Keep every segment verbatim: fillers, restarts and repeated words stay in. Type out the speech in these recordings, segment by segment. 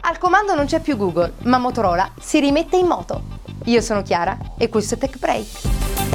Al comando non c'è più Google, ma Motorola si rimette in moto. Io sono Chiara e questo è Tech Break.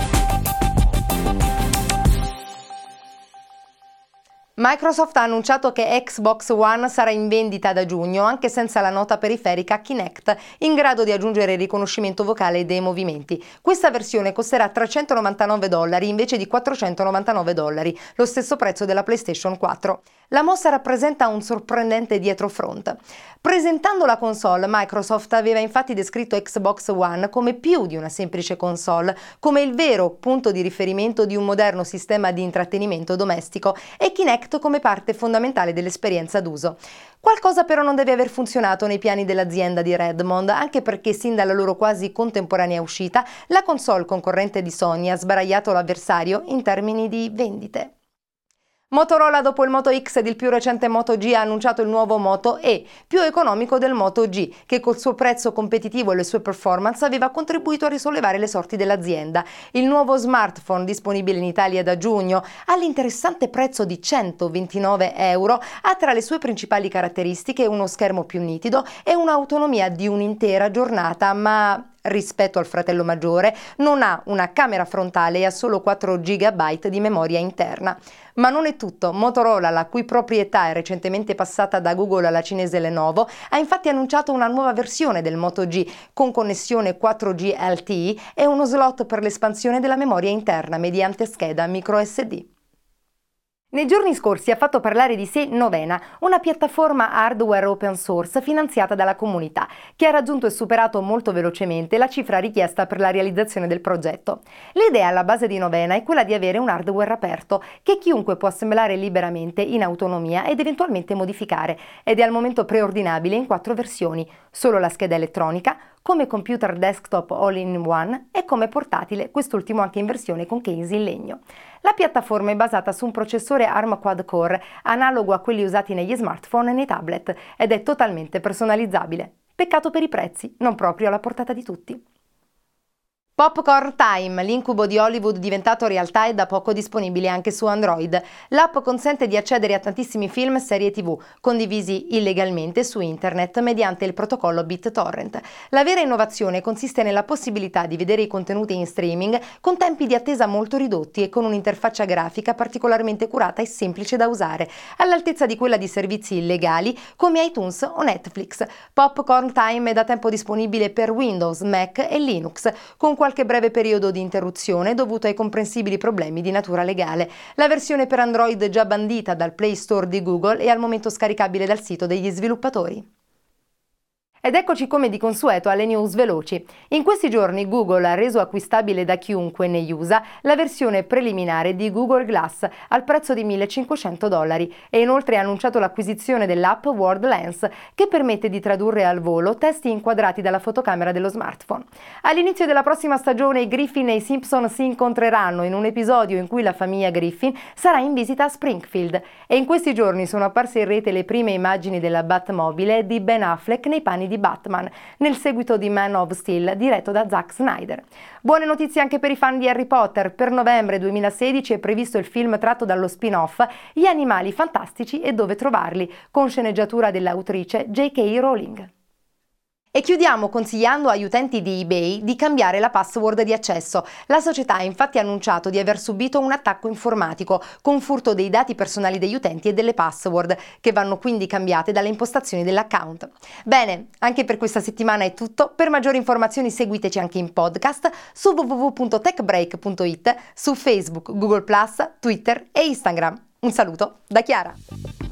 Microsoft ha annunciato che Xbox One sarà in vendita da giugno anche senza la nota periferica Kinect, in grado di aggiungere il riconoscimento vocale dei movimenti. Questa versione costerà trecentonovantanove dollari invece di quattrocentonovantanove dollari, lo stesso prezzo della PlayStation quattro. La mossa rappresenta un sorprendente dietrofront. Presentando la console, Microsoft aveva infatti descritto Xbox One come più di una semplice console, come il vero punto di riferimento di un moderno sistema di intrattenimento domestico e Kinect come parte fondamentale dell'esperienza d'uso. Qualcosa però non deve aver funzionato nei piani dell'azienda di Redmond, anche perché sin dalla loro quasi contemporanea uscita, la console concorrente di Sony ha sbaragliato l'avversario in termini di vendite. Motorola, dopo il Moto X ed il più recente Moto G, ha annunciato il nuovo Moto E, più economico del Moto G, che col suo prezzo competitivo e le sue performance aveva contribuito a risollevare le sorti dell'azienda. Il nuovo smartphone, disponibile in Italia da giugno, all'interessante prezzo di centoventinove euro, ha tra le sue principali caratteristiche uno schermo più nitido e un'autonomia di un'intera giornata, ma rispetto al fratello maggiore non ha una camera frontale e ha solo quattro giga di memoria interna. Ma non è tutto. Motorola, la cui proprietà è recentemente passata da Google alla cinese Lenovo, ha infatti annunciato una nuova versione del Moto G con connessione quattro G L T E e uno slot per l'espansione della memoria interna mediante scheda micro S D. Nei giorni scorsi ha fatto parlare di sé Novena, una piattaforma hardware open source finanziata dalla comunità, che ha raggiunto e superato molto velocemente la cifra richiesta per la realizzazione del progetto. L'idea alla base di Novena è quella di avere un hardware aperto, che chiunque può assemblare liberamente in autonomia ed eventualmente modificare, ed è al momento preordinabile in quattro versioni: solo la scheda elettronica, come computer desktop all-in-one e come portatile, quest'ultimo anche in versione con case in legno. La piattaforma è basata su un processore ARM quad-core, analogo a quelli usati negli smartphone e nei tablet, ed è totalmente personalizzabile. Peccato per i prezzi, non proprio alla portata di tutti. Popcorn Time, l'incubo di Hollywood diventato realtà, è da poco disponibile anche su Android. L'app consente di accedere a tantissimi film e serie tivù, condivisi illegalmente su internet mediante il protocollo BitTorrent. La vera innovazione consiste nella possibilità di vedere i contenuti in streaming con tempi di attesa molto ridotti e con un'interfaccia grafica particolarmente curata e semplice da usare, all'altezza di quella di servizi illegali come iTunes o Netflix. Popcorn Time è da tempo disponibile per Windows, Mac e Linux, con qualche breve periodo di interruzione dovuto ai comprensibili problemi di natura legale. La versione per Android è già bandita dal Play Store di Google e al momento scaricabile dal sito degli sviluppatori. Ed eccoci come di consueto alle news veloci. In questi giorni Google ha reso acquistabile da chiunque negli U S A la versione preliminare di Google Glass al prezzo di millecinquecento dollari e inoltre ha annunciato l'acquisizione dell'app World Lens, che permette di tradurre al volo testi inquadrati dalla fotocamera dello smartphone. All'inizio della prossima stagione i Griffin e i Simpson si incontreranno in un episodio in cui la famiglia Griffin sarà in visita a Springfield, e in questi giorni sono apparse in rete le prime immagini della Batmobile di Ben Affleck nei panni di Batman, nel seguito di Man of Steel diretto da Zack Snyder. Buone notizie anche per i fan di Harry Potter. Per novembre duemilasedici è previsto il film tratto dallo spin-off Gli animali fantastici e dove trovarli, con sceneggiatura dell'autrice J K Rowling. E chiudiamo consigliando agli utenti di eBay di cambiare la password di accesso. La società ha infatti annunciato di aver subito un attacco informatico con furto dei dati personali degli utenti e delle password, che vanno quindi cambiate dalle impostazioni dell'account. Bene, anche per questa settimana è tutto. Per maggiori informazioni seguiteci anche in podcast su w w w punto techbreak punto it, su Facebook, Google plus, Twitter e Instagram. Un saluto da Chiara!